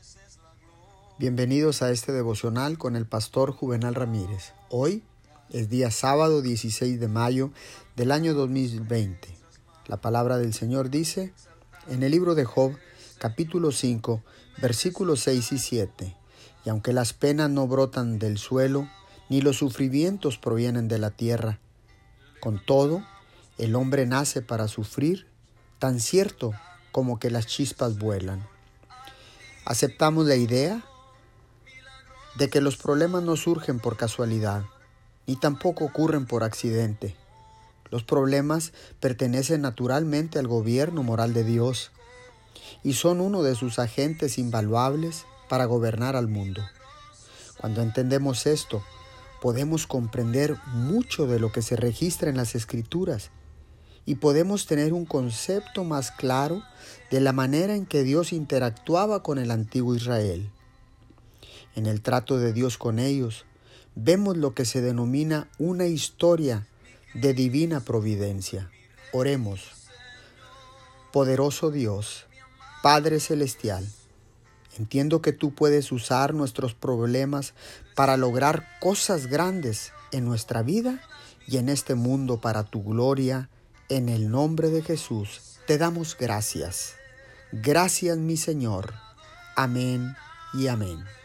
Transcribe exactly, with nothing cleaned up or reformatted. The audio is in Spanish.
Bienvenidos a este devocional con el pastor Juvenal Ramírez. Hoy es día sábado dieciséis de mayo del año dos mil veinte. La palabra del Señor dice en el libro de Job, capítulo cinco, versículos seis y siete. Y aunque las penas no brotan del suelo, ni los sufrimientos provienen de la tierra, con todo, el hombre nace para sufrir, tan cierto como que las chispas vuelan. Aceptamos la idea de que los problemas no surgen por casualidad, ni tampoco ocurren por accidente. Los problemas pertenecen naturalmente al gobierno moral de Dios y son uno de sus agentes invaluables para gobernar al mundo. Cuando entendemos esto, podemos comprender mucho de lo que se registra en las Escrituras y podemos tener un concepto más claro de la manera en que Dios interactuaba con el antiguo Israel. En el trato de Dios con ellos, vemos lo que se denomina una historia de divina providencia. Oremos. Poderoso Dios, Padre Celestial, entiendo que tú puedes usar nuestros problemas para lograr cosas grandes en nuestra vida y en este mundo para tu gloria. En el nombre de Jesús, te damos gracias. Gracias, mi Señor. Amén y amén.